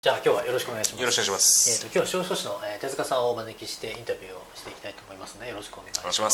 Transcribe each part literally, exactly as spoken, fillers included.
じゃあ今日はよろしくお願いします。 よろしくお願いします。 えーと今日は司法書士の、えー手塚さんをお招きしてインタビューをしていきたいと思いますのでよろしくお願いします。 お願いします。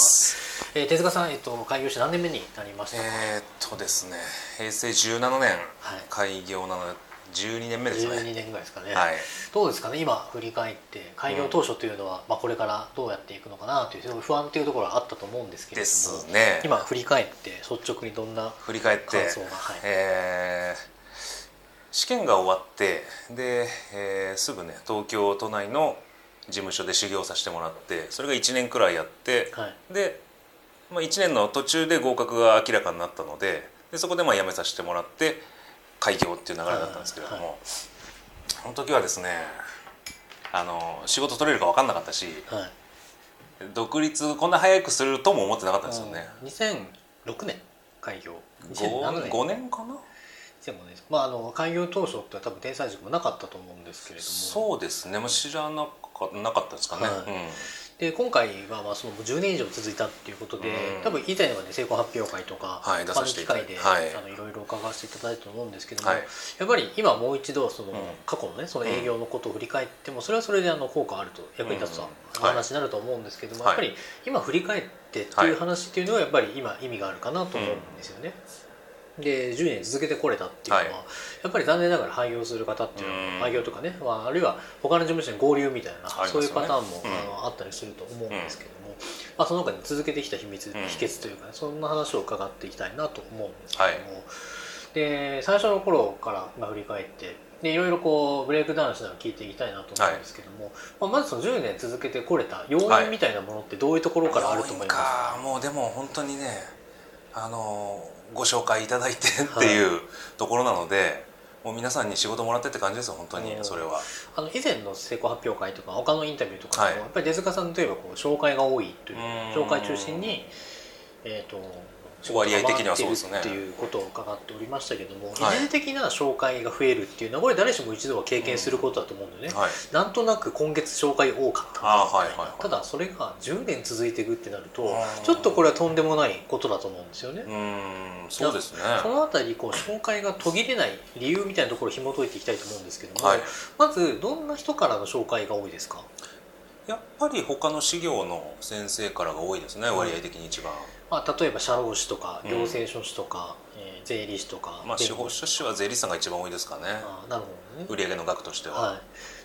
えー手塚さん、えーと開業して何年目になりましたか？ えー、っとですね、平成じゅうななねん、 はい、 開業なのでじゅうにねんめですね。 じゅうにねんぐらいですかね。 はい。 どうですかね、今振り返って開業当初というのは、うんまあ、これからどうやっていくのかなという不安というところはあったと思うんですけれども、 ですね。 今振り返って率直にどんな振り返って感想が、はい、 えー試験が終わってで、えーすぐね東京都内の事務所で修行させてもらって、それがいちねんくらいやって、 はい、 で、まあ、いちねんの途中で合格が明らかになったので、でそこでまあ辞めさせてもらって開業っていう流れだったんですけれども、はいはい、その時はですね、あの仕事取れるか分かんなかったし、はい、独立こんな早くするとも思ってなかったんですよね。 にせんろくねん開業、にせんななねんごねんかな。 まあ、あの開業当初って多分天才塾もなかったと思うんですけれども。 そうですね、もう知らなかなかったですかね、はい、うん、 で今回はまあそのじゅうねん以上続いたっていうことで、うん、多分以前はね成功発表会とか、 はい、 他の機会で、はい、あのいろいろ伺わせていただいたと思うんですけども、はい、やっぱり今もう一度その、うん、過去のねその営業のことを振り返ってもそれはそれであの効果あると役に立つとお話になると思うんですけども、はい、やっぱり今振り返ってっていう話っていうのはやっぱり今意味があるかなと思うんですよね。うん、でじゅうねん続けてこれたっていうのは、はい、やっぱり残念ながら廃業する方っていうのは廃業とかね、まあ、あるいは他の事務所に合流みたいな、ね、そういうパターンも、うん、あのあったりすると思うんですけども、うんまあ、その他に続けてきた秘密、うん、秘訣というか、ね、そんな話を伺っていきたいなと思うんですけども、はい、で最初の頃からまあ振り返ってでいろいろこうブレイクダウンしながら聞いていきたいなと思うんですけども、はいまあ、まずそのじゅうねん続けてこれた要因みたいなものってどういうところからあると思いますか？ はい、もうでも本当にねあのご紹介いただいてっていうところなので、はい、もう皆さんに仕事もらってって感じですよ本当に。それはあの以前の成功発表会とか他のインタビューとかでも、はい、やっぱり手塚さんといえばこう紹介が多いという紹介中心に、えーと割合的にはそうですねっていうことを伺っておりましたけども、はい、一時的な紹介が増えるっていうのはこれ誰しも一度は経験することだと思うんでね、うんはい、なんとなく今月紹介多かったな、はいはいはい、ただそれがじゅうねん続いていくってなるとちょっとこれはとんでもないことだと思うんですよね。 うんそうですね。 そのあたりこう紹介が途切れない理由みたいなところを紐解いていきたいと思うんですけども、はい、まずどんな人からの紹介が多いですか？ やっぱり他の事業の先生からが多いですね、割合的に一番。 まあ、例えば社労士とか行政書士とか、うんえー、税理士とか、 まあ、司法書士は税理士さんが一番多いですかね。 あなるほどね。 売上の額としては、 はい、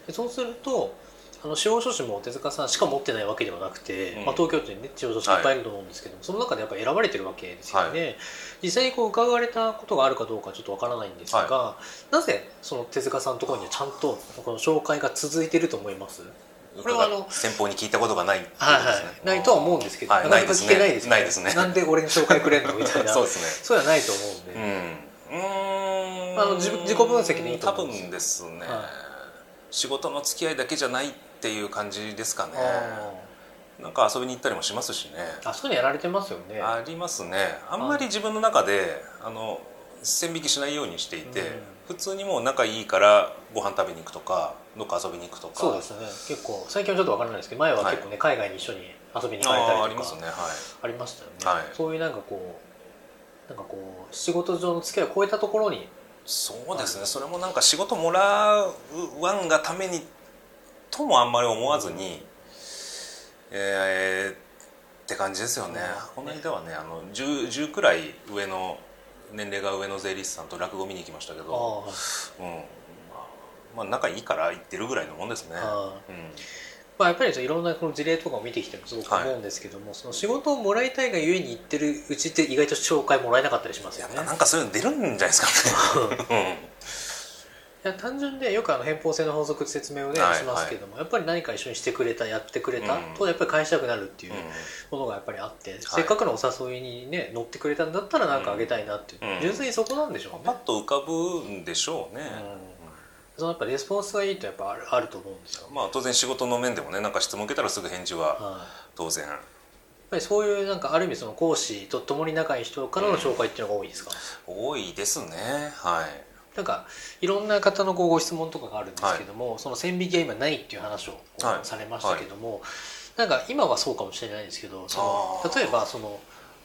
でそうするとあの司法書士も手塚さんしか持ってないわけではなくて、うんまあ、東京都にね司法書士いっぱいいると思うんですけども、はい、その中でやっぱり選ばれてるわけですよね、はい、実際にこう伺われたことがあるかどうかちょっとわからないんですが、はい、なぜその手塚さんのところにはちゃんとこの紹介が続いていると思います？ これはあの先方に聞いたことがないってことですね。 はいはい、ないとは思うんですけど、はい、なかなか聞けないですね。 ないですね。 なんで俺に紹介くれんのみたいなそうですね。 そうはないと思うんで、うん、うんあの自自己分析でいいと思うんです。 多分ですね、はい、仕事の付き合いだけじゃないっていう感じですかね。なんか遊びに行ったりもしますしね。 あ、そういうのやられてますよね。 ありますね。あんまり自分の中であの線引きしないようにしていて、うん、普通にもう仲いいからご飯食べに行くとかどっか遊びに行くとか。 そうですね。結構最近はちょっと分からないですけど前は結構ね、はい、海外に一緒に遊びに行かれたりとかあ, ありますね、はい、 ありましたよね、 はい、 そういうなんかこうなんかこう仕事上の付き合いを超えたところに。 そうですね、それもなんか仕事もらうワンがためにともあんまり思わずに、うん、えー、って感じですよね、うん、この間はねあの 10, じゅうくらい上の年齢が上の税理士さんと落語見に行きましたけど、うんまあ、まあ仲いいから行ってるぐらいのもんですね。うんまあ、やっぱりいろんなこの事例とかを見てきてもすごく思うんですけども、はい、その仕事をもらいたいがゆえに行ってるうちって意外と紹介もらえなかったりしますよね。 なんかそういうの出るんじゃないですかね、 うん、いや単純でよくあの偏方性の法則って説明をね、はい、しますけども、やっぱり何か一緒にしてくれたやってくれた、うん、とやっぱり返したくなるっていうものがやっぱりあって、うん、せっかくのお誘いにね乗ってくれたんだったら何かあげたいなっていう、うん、純粋にそこなんでしょうね。 パッと浮かぶんでしょうね、うんそのやっぱレスポンスがいいとやっぱある、あると思うんですよ。 まあ当然仕事の面でもねなんか質問受けたらすぐ返事は当然、はい、やっぱりそういうなんかある意味その講師と共に仲いい人からの紹介っていうのが多いですか？ うん、多いですね。はいなんかいろんな方のご質問とかがあるんですけども、はい、その線引きが今ないっていう話をされましたけども、はいはい、なんか今はそうかもしれないですけどその例えばその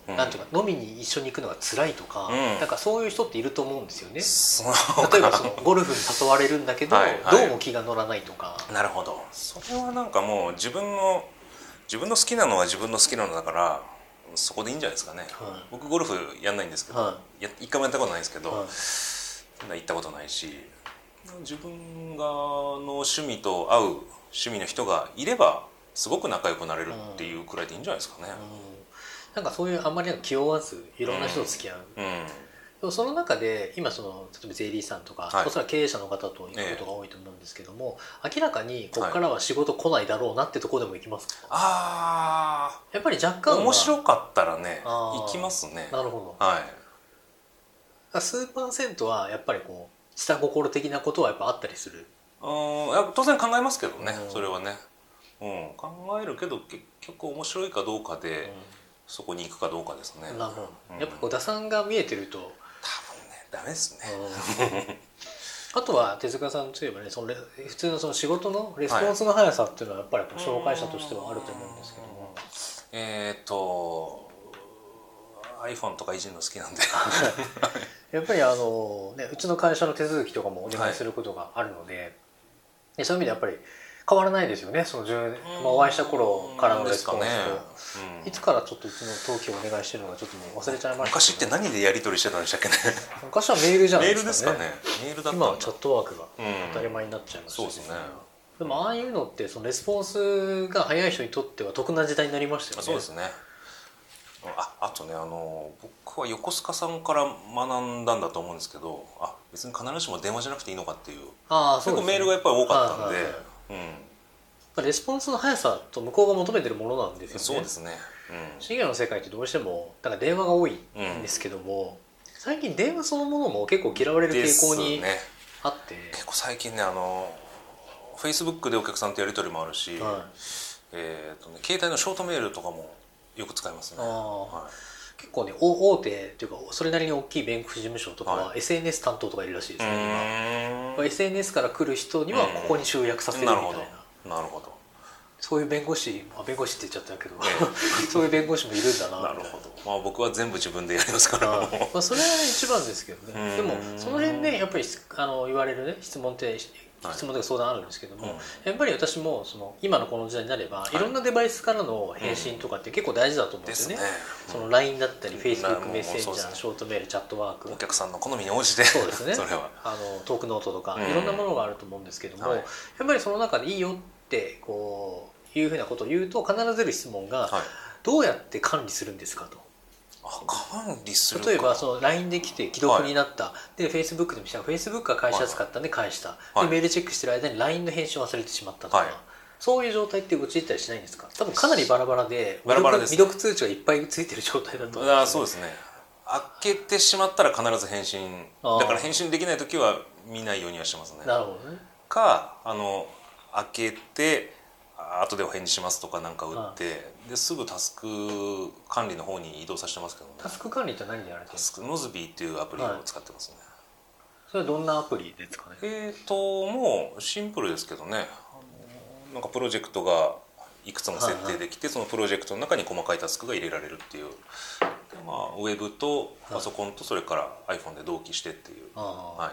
うん、なんていうか飲みに一緒に行くのが辛いとか、うん、なんかそういう人っていると思うんですよね。例えばそのゴルフに誘われるんだけどはい、はい、どうも気が乗らないとか。 なるほど。それはなんかもう自分の自分の好きなのは自分の好きなのだからそこでいいんじゃないですかね、はい、僕ゴルフやんないんですけど、はい、や一回もやったことないんですけど、はい、行ったことないし自分がの趣味と合う趣味の人がいればすごく仲良くなれるっていうくらいでいいんじゃないですかね、うんうん、 なんかそういうあんまり気負わずいろんな人と付き合う、うんうん、でもその中で今その例えば税理士さんとか、はい、おそらく経営者の方と行くことが多いと思うんですけども、ええ、明らかにここからは仕事来ないだろうなってところでも行きますか？ ああやっぱり若干面白かったらね行きますね。 なるほど、 はい、 数パーセントはやっぱりこう下心的なことはやっぱあったりする？ うん当然考えますけどね、うん、それはね、うん、考えるけど結局面白いかどうかで、うん、そこに行くかどうかですね。 なるほど、うん、やっぱこう打算が見えてると多分ねダメですねあとは手塚さんといえばねその普通のその仕事のレスポンスの速さっていうのはやっぱり紹介者としてはあると思うんですけども、 えっ、ー、と iPhone とかいじるの好きなんでやっぱりあの、ね、うちの会社の手続きとかもお願いすることがあるので、はい、そういう意味でやっぱり変わらないですよね。そのじゅうねん、まあ、お会いした頃からのレスポンスと、ねうん、いつからちょっとうちの登記をお願いしてるのかちょっともう忘れちゃいました、ね、 昔って何でやり取りしてたんでしたっけね昔はメールじゃないですかね。 メールですかね。メールだったんだ。 今はチャットワークが当たり前になっちゃいました、ねうん、そうですね。でもああいうのってそのレスポンスが早い人にとっては得な時代になりましたよね。 そうですね。あ, あとねあの僕は横須賀さんから学んだんだと思うんですけどあ別に必ずしも電話じゃなくていいのかっていうあそうです、ね、結構メールがやっぱり多かったんで、 うん、レスポンスの速さと向こうが求めてるものなんですよね。 そうですね、 うん、シニアの世界ってどうしてもだから電話が多いんですけども、うん、最近電話そのものも結構嫌われる傾向にあって、ね、 結構最近ねあの Facebook でお客さんとやり取りもあるし、はいえーとね、携帯のショートメールとかもよく使いますね。あ、 はい、結構ね大手っていうかそれなりに大きい弁護士事務所とかは エスエヌエス 担当とかいるらしいですね、今 エスエヌエス から来る人にはここに集約させるみたいな、なるほど、なるほど。 そういう弁護士、あ、弁護士って言っちゃったけど、ね、そういう弁護士もいるんだな。 なるほど、まあ、僕は全部自分でやりますからまあそれは一番ですけどね。でもその辺でやっぱりあの言われるね質問って質問とか相談あるんですけども、はい、やっぱり私もその今のこの時代になれば、はい、いろんなデバイスからの返信とかって結構大事だと思うんですよね、うん、その ライン だったり Facebook メッセンジャー、ショートメール、チャットワーク、 お客さんの好みに応じてそうですねそれはあのトークノートとかいろんなものがあると思うんですけども、はい、やっぱりその中でいいよってこういうふうなことを言うと必ず出る質問が、はい、どうやって管理するんですかと。 管理するか。 例えばその ライン で来て既読になった、はい、で Facebook でもした Facebook が返しやすかったんで返した、はい、でメールチェックしてる間に ライン の返信を忘れてしまったとか、はい、そういう状態って陥ったりしないんですか？多分かなりバラバラでバラバラです、ね、 未読通知がいっぱいついてる状態だと思うんですよね。 あ、そうですね。開けてしまったら必ず返信だから返信できない時は見ないようにはしてますね。 なるほどね。 かあの開けて後でお返事しますとかなんか打って、ああですぐタスク管理の方に移動させてますけどね。 タスク管理って何でやられてるんですか？ ノズビーっていうアプリを使ってますね、はい、 それはどんなアプリですかね？ えーともうシンプルですけどね、あのなんかプロジェクトがいくつも設定できて、はいはい、そのプロジェクトの中に細かいタスクが入れられるっていうで、まあ、ウェブとパソコンとそれから iPhone で同期してっていう、はい、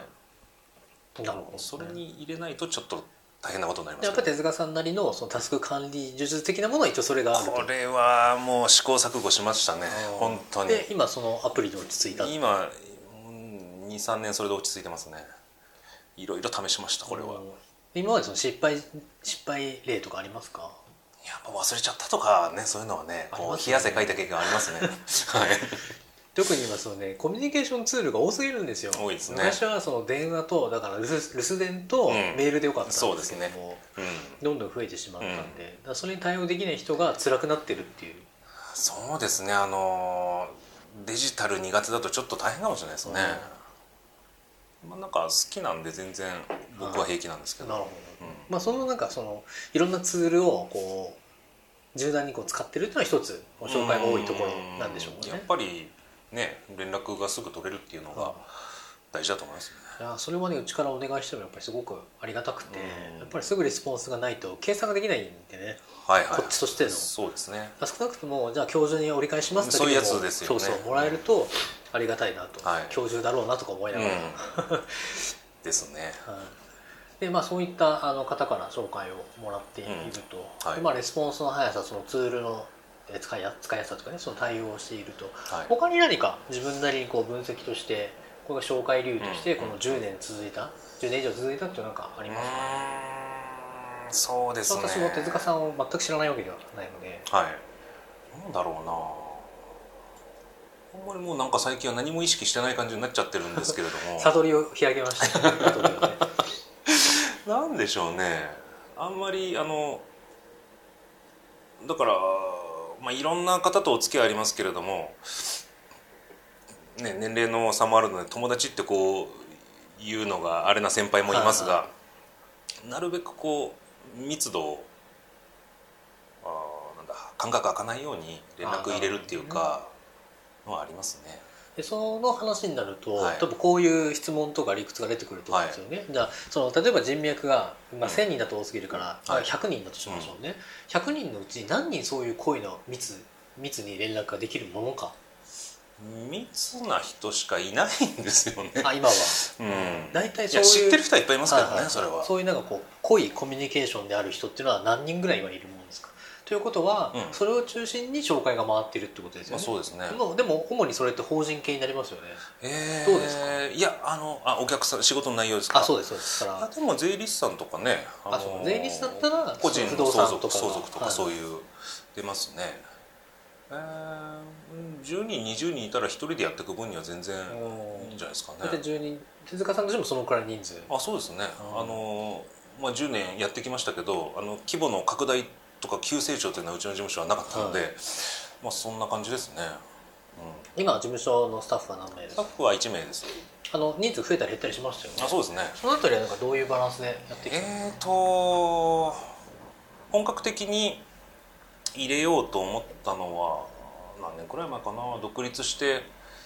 なるほど、ね、それに入れないとちょっと大変なことになります。 やっぱり手塚さんなり の, そのタスク管理技術的なものは一応それがあると。 これはもう試行錯誤しましたね本当に。 で今そのアプリで落ち着いた。 今 にさんねんそれで落ち着いてますね。いろいろ試しましたこれは。 今までその失敗失敗例とかありますか？ やっぱ忘れちゃったとかね、そういうのはね、こう冷や汗かいた経験がありますねはい、 特に今そのねコミュニケーションツールが多すぎるんですよ。 多いですね。 昔はその電話とだから留守留守電とメールでよかったんですけども、うん、そうですね、うん、どんどん増えてしまったんで、うん、だからそれに対応できない人が辛くなってるっていう。 そうですね、あのデジタル苦手だとちょっと大変かもしれないですね、うん、まあ、なんか好きなんで全然僕は平気なんですけど。なるほど、うん、 まあ、そのなんかそのいろんなツールをこう柔軟にこう使ってるっていうのは一つご紹介が多いところなんでしょうね。 やっぱりね連絡がすぐ取れるっていうのが大事だと思いますね。 いやそれはねうちからお願いしてもやっぱりすごくありがたくて、うん、やっぱりすぐレスポンスがないと計算ができないんでね、 はいはい、 こっちとしてのそうですね。 少なくともじゃあ今日中に折り返しますそういうやつですよね。 そうそうもらえるとありがたいなと、はい、今日中だろうなとか思いながら、うん、 ですね、 はい、でまあ、そういったあの方から紹介をもらっていると、うんはい、でまあ、レスポンスの速さそのツールの使いや使いやすさとかねその対応をしていると、はい、他に何か自分なりにこう分析としてこれが紹介理由としてこのじゅうねん続いた、うん、じゅうねん以上続いたっていうのは何かありますか？ うーんそうですね。 私も手塚さんを全く知らないわけではないので、 はい、なんだろうな、あんまりもうなんか最近は何も意識してない感じになっちゃってるんですけれども悟りを開けましたねなんでしょうね、あんまりあのだから、まあ、いろんな方とお付き合いありますけれども、ね、年齢の差もあるので友達ってこう言うのがあれな先輩もいますが、なるべくこう密度をあなんだ間隔空かないように連絡入れるっていうかのはありますね。 でその話になると、 はい、 多分こういう質問とか理屈が出てくると思うんですよね、はい、じゃあその例えば人脈が、まあ、せんにんだと多すぎるから、うん、ひゃくにんだとしましょうね、はい、ひゃくにんのうち何人そういう恋の密密に連絡ができるものか。 密な人しかいないんですよね。 あ今は、 うん、 大体そういう知ってる人はいっぱいいますけどね、はいはい、それはそういうなんかこう濃いコミュニケーションである人っていうのは何人ぐらいはいるものですか？ということは、うん、それを中心に紹介が回っているってことですよね。 まあ、そうですね。 でも、でも主にそれって法人系になりますよね。 えー、 どうですか？ いやあのあお客さん仕事の内容ですか？ あそうですそうですからでも税理士さんとかね、 あのー、あそう税理士だったら個人の相続相続とかそういう、 はい、 出ますね。えー、じゅうにんにじゅうにんいたらひとりでやっていく分には全然いいんじゃないですかね。 大体じゅうにん手塚さんとしてもそのくらい人数。 あそうですね。あの、まあ、じゅうねんやってきましたけどあの規模の拡大とか急成長というのはうちの事務所はなかったので、はい、まあそんな感じですね、 うん、今事務所のスタッフは何名ですか？ スタッフはいちめいです。 あの人数増えたり減ったりしましたよね。 あそうですね。 そのあたりはなんかどういうバランスでやってきたんですか？ えーと本格的に入れようと思ったのは何年くらい前かな。独立して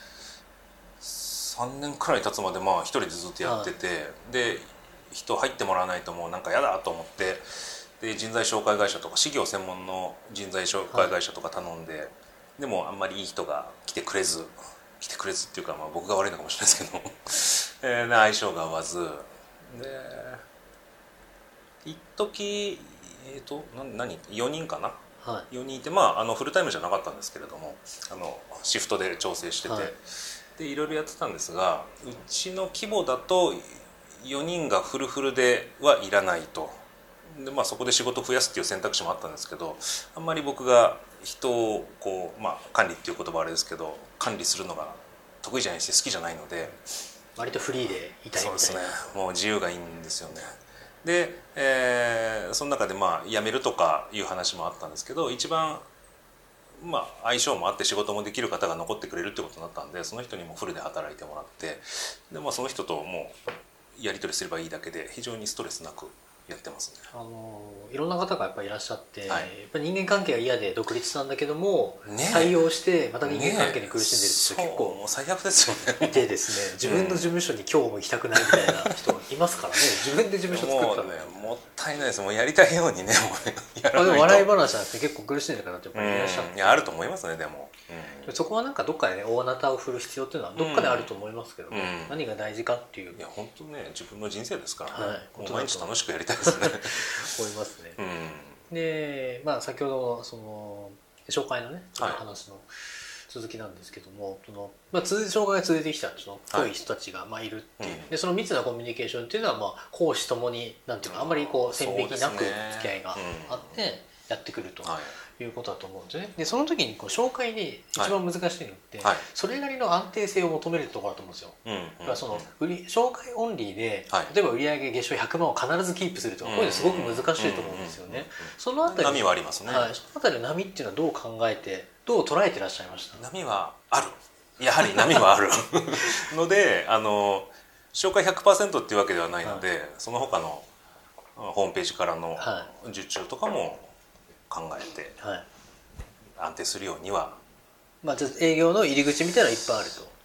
さんねんくらい経つまでまあ一人でずっとやってて、はい、で人入ってもらわないともうなんか嫌だと思ってで人材紹介会社とか事業専門の人材紹介会社とか頼んで、はい、でもあんまりいい人が来てくれず来てくれずっていうか、まあ、僕が悪いのかもしれないですけど、えー、相性が合わずで一時えっ、ー、と何よにんかな、はい、よにんいて、まあ、あのフルタイムじゃなかったんですけれどもあのシフトで調整してて、はい、でいろいろやってたんですがうちの規模だとよにんがフルフルではいらないとで、まあ、そこで仕事を増やすっていう選択肢もあったんですけどあんまり僕が人をこう、まあ、管理っていう言葉はあれですけど管理するのが得意じゃないし好きじゃないので割とフリーでいたいみたいな。そうですね。 もう自由がいいんですよね。で、えー、その中でまあ辞めるとかいう話もあったんですけど一番まあ相性もあって仕事もできる方が残ってくれるってことになったんでその人にもフルで働いてもらってで、まあ、その人ともうやり取りすればいいだけで非常にストレスなくやってますね。 あのいろんな方がやっぱりいらっしゃって、はい、やっぱり人間関係が嫌で独立したんだけども、ね、採用してまた人間関係に苦しんでるって結構、 ね、もう最悪ですよね。 いてですね自分の事務所に今日も行きたくないみたいな人いますからね。自分で事務所作ったの、ね、 もったいないです。もうやりたいようにねもうやらないと。 あでも笑い話なんて結構苦しんでる方ってやっぱりいらっしゃる、うん、 いやあると思いますね。でも、 うん、そこはなんかどっかでね大なたを振る必要っていうのはどっかであると思いますけど、ねうん、何が大事かっていう。 いや本当ね自分の人生ですからね、はい、もう毎日楽しくやりたいですね。 思いますね。 うん、 で、まあ、先ほどその紹介のね話の続きなんですけども、はい、そのまあ、紹介が続いてきたその濃い人たちがまあいるっていう、はい、でその密なコミュニケーションっていうのはまあ公私ともになんていうかあんまりこう線引きなく付き合いがあってやってくると。いうことだと思うんですよね。でその時にこう紹介で一番難しいのって、はい、それなりの安定性を求めるところだと思うんですよ。うんうんうん、だからその売り紹介オンリーで、はい、例えば売上月賞ひゃくまんを必ずキープするとか、こういうのすごく難しいと思うんですよね。そのあたり波はありますね。 はい、そのあたりの波っていうのはどう考えてどう捉えてらっしゃいました？ 波はある。やはり波はあるのであの紹介 ひゃくパーセント っていうわけではないので、はい、その他のホームページからの受注とかも考えて、はい、安定するようには、 まあ、営業の入り口みたいなのいっぱいあると。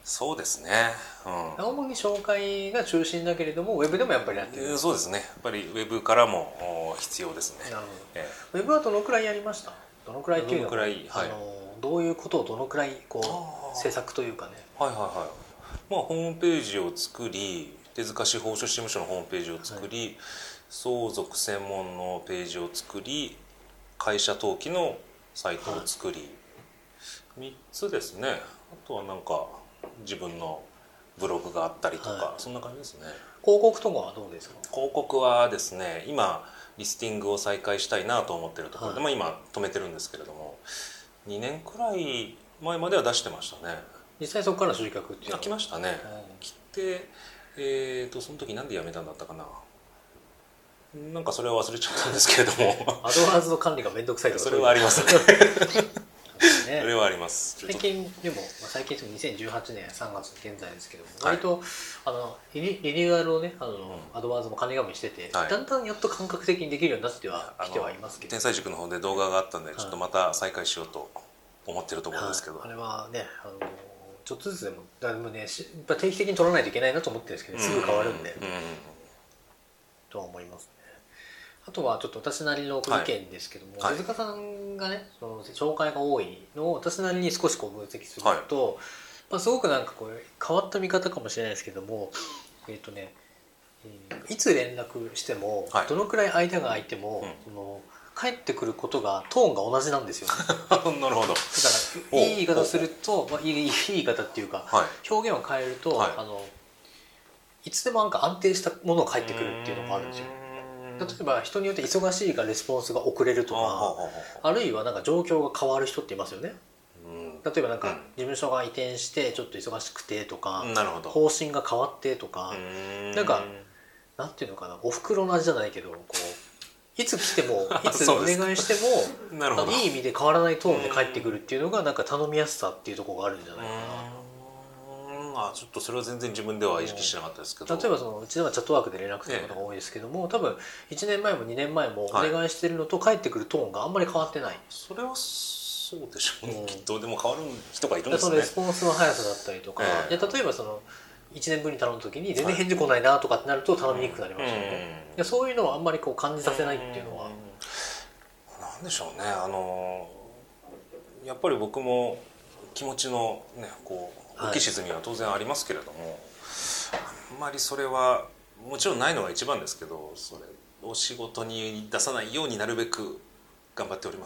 そうですね、 うん、主に紹介が中心だけれどもウェブでもやっぱりやってる。 そうですね、やっぱりウェブからも必要ですね。 なるほど、 ええ、ウェブはどのくらいやりました？どのくらいっていうのはどのくらい、はい、 あのどういうことをどのくらいこう制作というかね。 はいはいはい、まあ、ホームページを作り、手塚司法書士事務所のホームページを作り、はい、相続専門のページを作り、会社登記のサイトを作り、はい、みっつですね。あとはなんか自分のブログがあったりとか、はい、そんな感じですね。 広告とかはどうですか？ 広告はですね、今リスティングを再開したいなと思ってるところで、はい、まあ、今止めてるんですけれども、にねんくらい前までは出してましたね。 実際そこから集客っていうのは来ましたね、うん、来て、えーとその時なんで辞めたんだったかな、なんかそれは忘れちゃったんですけれどもアドワーズの管理がめんどくさいとかそれはありますねね、それはあります。 最近でも最近にせんじゅうはちねんさんがつ現在ですけども、はい、割とあのリニューアルをね、あの、うん、アドワーズも管理画面してて、はい、だんだんやっと感覚的にできるようになってはきてはいますけど、 天才塾の方で動画があったんで、ちょっとまた再開しようと思ってるところですけど、 はい、あれはね、あのちょっとずつでもでもね、やっぱ定期的に取らないといけないなと思ってるんですけど、すぐ変わるんで、うんうんうん、とは思いますね。あとはちょっと私なりの意見ですけども、手塚、はい、さんがね、その紹介が多いのを私なりに少しこう分析すると、はい、まあ、すごくなんかこう変わった見方かもしれないですけども、えっとね、いつ連絡しても、はい、どのくらい間が空いても、うん、その帰ってくることがトーンが同じなんですよね。 なるほど。だからいい言い方すると、まあ、いい言い方っていうか、はい、表現を変えると、はい、あのいつでもなんか安定したものが返ってくるっていうのがあるんですよ。例えば人によって忙しいからレスポンスが遅れるとか、あるいはなんか状況が変わる人っていますよね。例えばなんか事務所が移転してちょっと忙しくてとか、方針が変わってとか、なんかなんていうのかな、お袋の味じゃないけど、こういつ来てもいつお願いしてもいい意味で変わらないトーンで返ってくるっていうのがなんか頼みやすさっていうところがあるんじゃないかな。 あ、ちょっとそれは全然自分では意識しなかったですけど、 例えばそのうちではチャットワークで連絡することが多いですけども、多分いちねんまえもにねんまえもお願いしてるのと返ってくるトーンがあんまり変わってない。 それはそうでしょうね、うん、きっと。でも変わる人がいるんですね。 そのレスポンスの速さだったりとか、えー、いや例えばそのいちねんぶりに頼む時に全然返事来ないなとかってなると頼みにくくなりますよね、うん、そういうのはあんまりこう感じさせないっていうのは、 うん、なんでしょうね。あのやっぱり僕も気持ちのねこう浮き沈みは当然ありますけれども、はい、あんまりそれはもちろんないのが一番ですけど、それを仕事に出さないようになるべく頑張っております。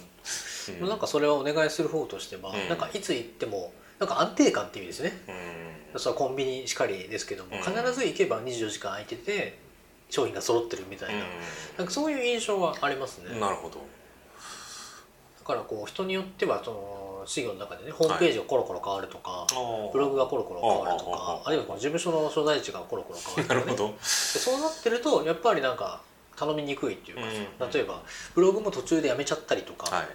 なるほど、うん、なんかそれはお願いする方としては、うん、なんかいつ行ってもなんか安定感っていう意味ですね、うん、それはコンビニしかりですけども、うん、必ず行けばにじゅうよじかん空いてて商品が揃ってるみたいな、うん、なんかそういう印象はありますね。 なるほど。 だからこう人によってはその事業の中でね、ホームページがコロコロ変わるとか、はい、ブログがコロコロ変わるとか、あるいはこの事務所の所在地がコロコロ変わるとか、ね、 なるほど。 でそうなってるとやっぱりなんか頼みにくいっていうか、うん、例えばブログも途中でやめちゃったりとか、はい、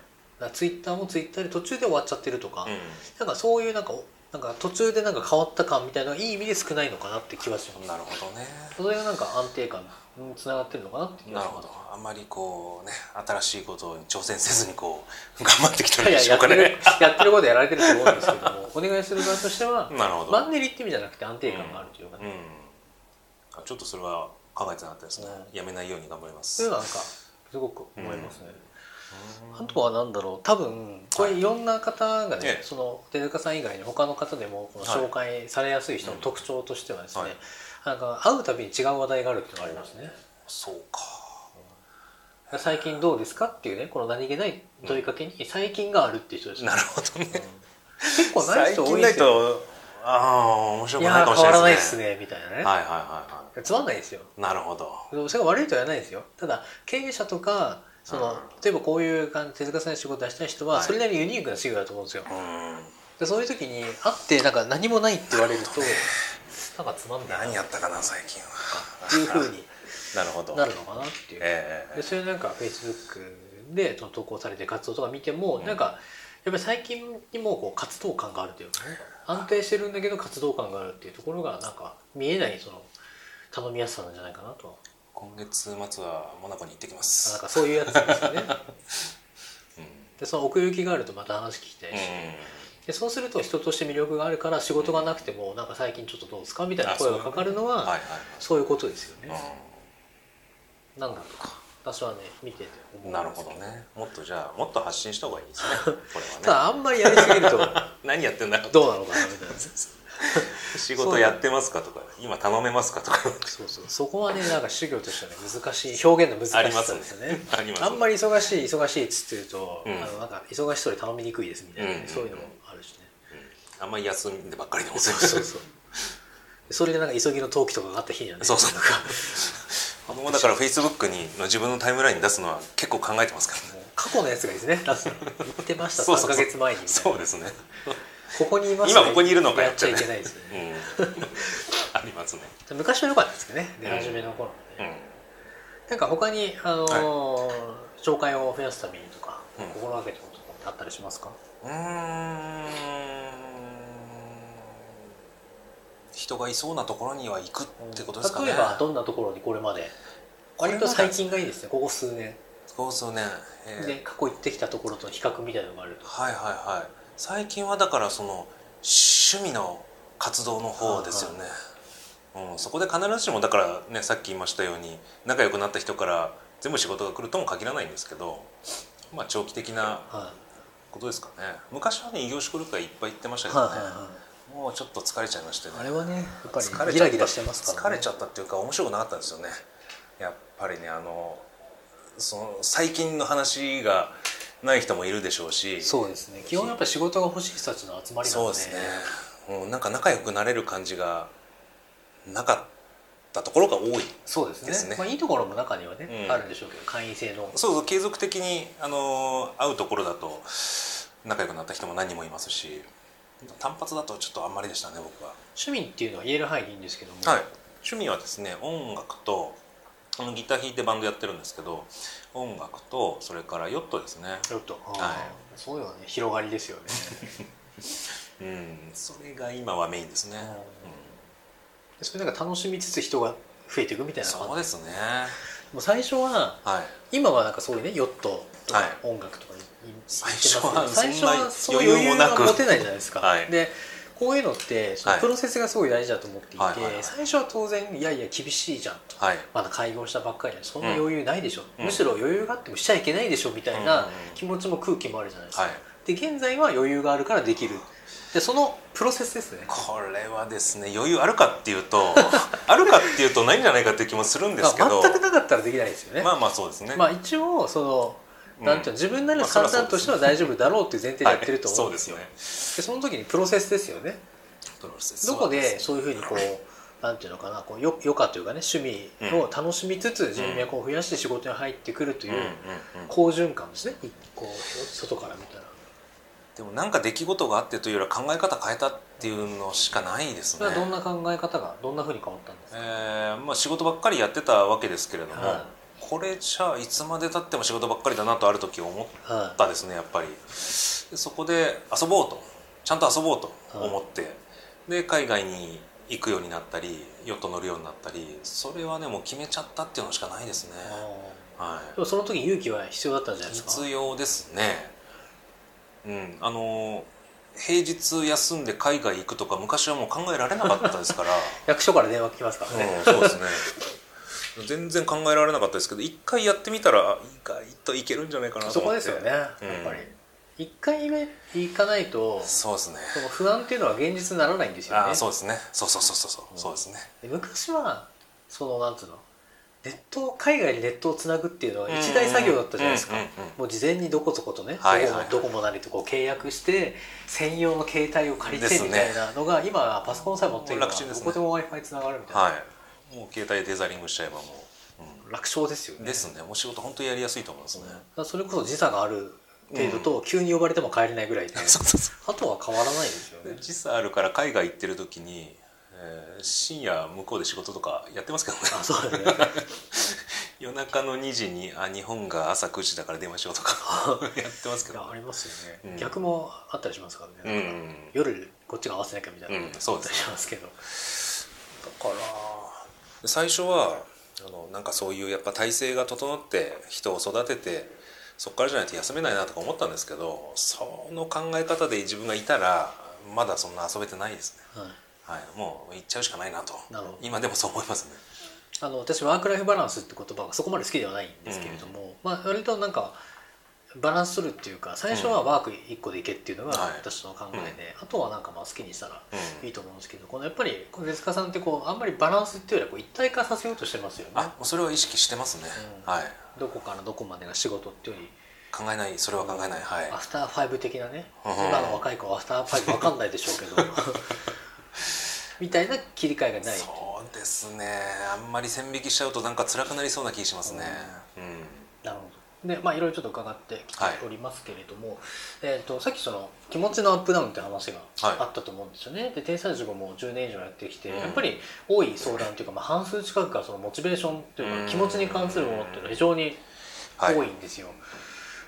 ツイッターもツイッターで途中で終わっちゃってるとか、うん、なんかそういうなんかなんか途中でなんか変わった感みたいなのがいい意味で少ないのかなって気はします。 なるほどね。 それがなんか安定感につながってるのかなって気がします。 なるほど。あんまりこうね新しいことに挑戦せずにこう頑張ってきてるんでしょうかね。いやいややってる、やってることやられてると思うんですけどもお願いする側としてはなるほどマンネリって意味じゃなくて安定感があるというかね、 うんうん、ちょっとそれは考えてなかったですね、うん、やめないように頑張ります。 そういうのなんかすごく思いますね、うん、あとは何だろう、多分これいろんな方がね、はい、その手塚さん以外に他の方でもこの紹介されやすい人の特徴としてはですね、はい、なんか会うたびに違う話題があるっていうのがありますね。 そうか。 最近どうですかっていうね、この何気ない問いかけに最近があるっていう人ですね、 うん、なるほどね、うん、 結構ない人多いですよ。最近ないとああ面白くないかもしれないですね。いや変わらないっすねみたいなね。はいはいはいはい。 つまんないですよ。 なるほど。 それが悪いとは言わないですよ。ただ経営者とかその、うん、例えばこういう感じ手塚さんに仕事出したい人はそれなりにユニークな仕事だと思うんですよ、はい、でそういう時に会ってなんか何もないって言われるとなんかつまんないな何やったかな最近はっていう風になるほどなるのかなっていう、 えー、 でそれなんかフェイスブックで投稿されて活動とか見ても、うん、なんかやっぱり最近にもこう活動感があるというかね、安定してるんだけど活動感があるっていうところがなんか見えないその頼みやすさなんじゃないかなと。 今月末はモナコに行ってきます。 なんかそういうやつですよね、うん、でその奥行きがあるとまた話聞きたいし、 でそうすると人として魅力があるから仕事がなくてもなんか最近ちょっとどうですかみたいな声がかかるのはそういうことですよね。なんだと私はね見てて思う。 なるほどね。もっとじゃあもっと発信した方がいいですねこれはね。 ただあんまりやりすぎると何やってんだろうどうなのかなみたいな仕事やってますかとか今頼めますかとかそうそうそこはねなんか修行としてはね難しい表現の難しさですよね。ありますね。あんまり忙しい忙しいっつってると、うん、あのなんか忙しそうで頼みにくいですみたいな、ねうん、そういうのもあるしね、 うん、あんまり休んでばっかりでもそうそうそうそれでなんか急ぎの登記とかがあった日にはねそうそうあのだからフェイスブックにの自分のタイムラインに出すのは結構考えてますからね。 過去のやつがいいですね出すの言ってましたさんかげつまえにみたいな。 そうですねここにいます今ここにいるのかやっちゃいけないですね、 うん、ありますね。 昔は良かったですけどね出始めの頃はね、うん、なんか他に、あのーはい、紹介を増やすためにとか、うん、心がけてることってあったりしますか？ うーん人がいそうなところには行くってことですかね。 例えばどんなところにこれまで割と最近がいいですねここ数年ここ数年、 えー、で過去行ってきたところと比較みたいなのがあると。 はいはいはい。最近はだからその趣味の活動の方ですよね、はいはいうん、そこで必ずしもだからねさっき言いましたように仲良くなった人から全部仕事が来るとも限らないんですけど、まあ長期的なことですかね、はい、昔はね異業種来るからいっぱい行ってましたけどね、はいはいはい、もうちょっと疲れちゃいましてね。 あれはねやっぱりギラギラしてますからね。 疲れちゃったっていうか面白くなかったんですよねやっぱりね。あのその最近の話がない人もいるでしょうし。 そうですね基本やっぱり仕事が欲しい人たちの集まりなんで。 そうですね、うん、なんか仲良くなれる感じがなかったところが多いですね。 そうですね、まあ、いいところも中にはね、うん、あるんでしょうけど会員制のそうそう継続的にあの会うところだと仲良くなった人も何人もいますし単発だとちょっとあんまりでしたね僕は。 趣味っていうのは言える範囲でいいんですけども、 はい、趣味はですね音楽とあのギター弾いてバンドやってるんですけど音楽とそれからヨットですね。 ヨット、 はい、 そういうのはね広がりですよねうん、それが今はメインですね、 うん、それなんか楽しみつつ人が増えていくみたいな感じ。 そうですね。 もう最初は、はい、今はなんかそういうねヨットとか音楽とか言ってますけど、はい、最初はそういう余裕が持てないじゃないですか、はい、でこういうのってそのプロセスがすごい大事だと思っていて、はいはいはいはい、最初は当然いやいや厳しいじゃんと、はい、まだ開業したばっかりでそんな余裕ないでしょ、うん、むしろ余裕があってもしちゃいけないでしょみたいな気持ちも空気もあるじゃないですか、はい、で現在は余裕があるからできる。でそのプロセスですね。 これはですね余裕あるかっていうとあるかっていうとないんじゃないかっていう気もするんですけど、 まあ、全くなかったらできないですよね。 まあまあそうですね。 まあ一応そのなんていうの自分なりの判断としては大丈夫だろうっていう前提でやってると思うんですよ、はい、そうですね。でその時にプロセスですよね。プロセスどこでそういうふうにこうなんていうのかなこうよ余暇というかね趣味を楽しみつつ人脈を増やして仕事に入ってくるという好循環ですね。こう外から見たら。 でもなんか出来事があってというよりは考え方変えたっていうのしかないですね。 それはどんな考え方がどんなふうに変わったんですか？ えーまあ、仕事ばっかりやってたわけですけれども、はい、これじゃあいつまでたっても仕事ばっかりだなとある時思ったですね、はい、やっぱり。でそこで遊ぼうとちゃんと遊ぼうと思って、はい、で海外に行くようになったりヨット乗るようになったりそれはねもう決めちゃったっていうのしかないですね。 はい、でもその時勇気は必要だったんじゃないですか？ 必要ですね。うん、あの平日休んで海外行くとか昔はもう考えられなかったですから役所から電話来ますからね、 うん、そうですね全然考えられなかったですけど一回やってみたら意外といけるんじゃないかなと思って。 そこですよね、やっぱり一回目行かないとそうですねその不安っていうのは現実にならないんですよね。 あそうですねそうそうそうそう、うん、そうですね。 で昔はそのなんつうのネット海外にネットをつなぐっていうのは一大作業だったじゃないですか。もう事前にどことことね、はいはいはい、どこも何とこう契約して専用の携帯を借りてみたいなのが、ね、今はパソコンさえ持っていればどこでも Wi-Fi つながるみたいな、はい、 もう携帯でデザリングしちゃえばもう、うん、楽勝ですよね。 ですね。もう仕事本当にやりやすいと思いますね、 うん、それこそ時差がある程度と、うん、急に呼ばれても帰れないぐらいでそうそうそうあとは変わらないですよね。 時差あるから海外行ってる時に、えー、深夜向こうで仕事とかやってますけどね。 あそうですね夜中のにじにあ日本が朝くじだから電話しようとかやってますけど、ね、 ありますよね、うん、逆もあったりしますからね、うん、夜こっちが合わせなきゃみたいなことあったりしますけど、うん、 だから最初はあのなんかそういうやっぱ体制が整って人を育ててそこからじゃないと休めないなとか思ったんですけど、その考え方で自分がいたらまだそんな遊べてないですね。はい、はい、もう行っちゃうしかないなと。なるほど。今でもそう思いますね。 あの私ワークライフバランスって言葉がそこまで好きではないんですけれども、うん、まあ割となんかバランス取るっていうか、最初はワークいっこでいけっていうのが私の考えで、うん、あとはなんかまあ好きにしたらいいと思うんですけど、このやっぱり手塚さんってこうあんまりバランスっていうよりはこう一体化させようとしてますよね。 あ、それは意識してますね、うん、はい。 どこからどこまでが仕事っていうより考えない、それは考えない、はい。 アフターファイブ的なね、うん、今の若い子はアフターファイブ分かんないでしょうけどみたいな切り替えがない。 そうですね、あんまり線引きしちゃうとなんか辛くなりそうな気しますね。うん、うん、 なるほど。でまあいろいろちょっと伺ってきておりますけれども、はい、えー、とさっきその気持ちのアップダウンって話があったと思うんですよね、はい、で天才塾もじゅうねん以上やってきて、うん、やっぱり多い相談というか、まあ、半数近くがそのモチベーションというか気持ちに関するものっていうのは非常に多いんですよ、はい、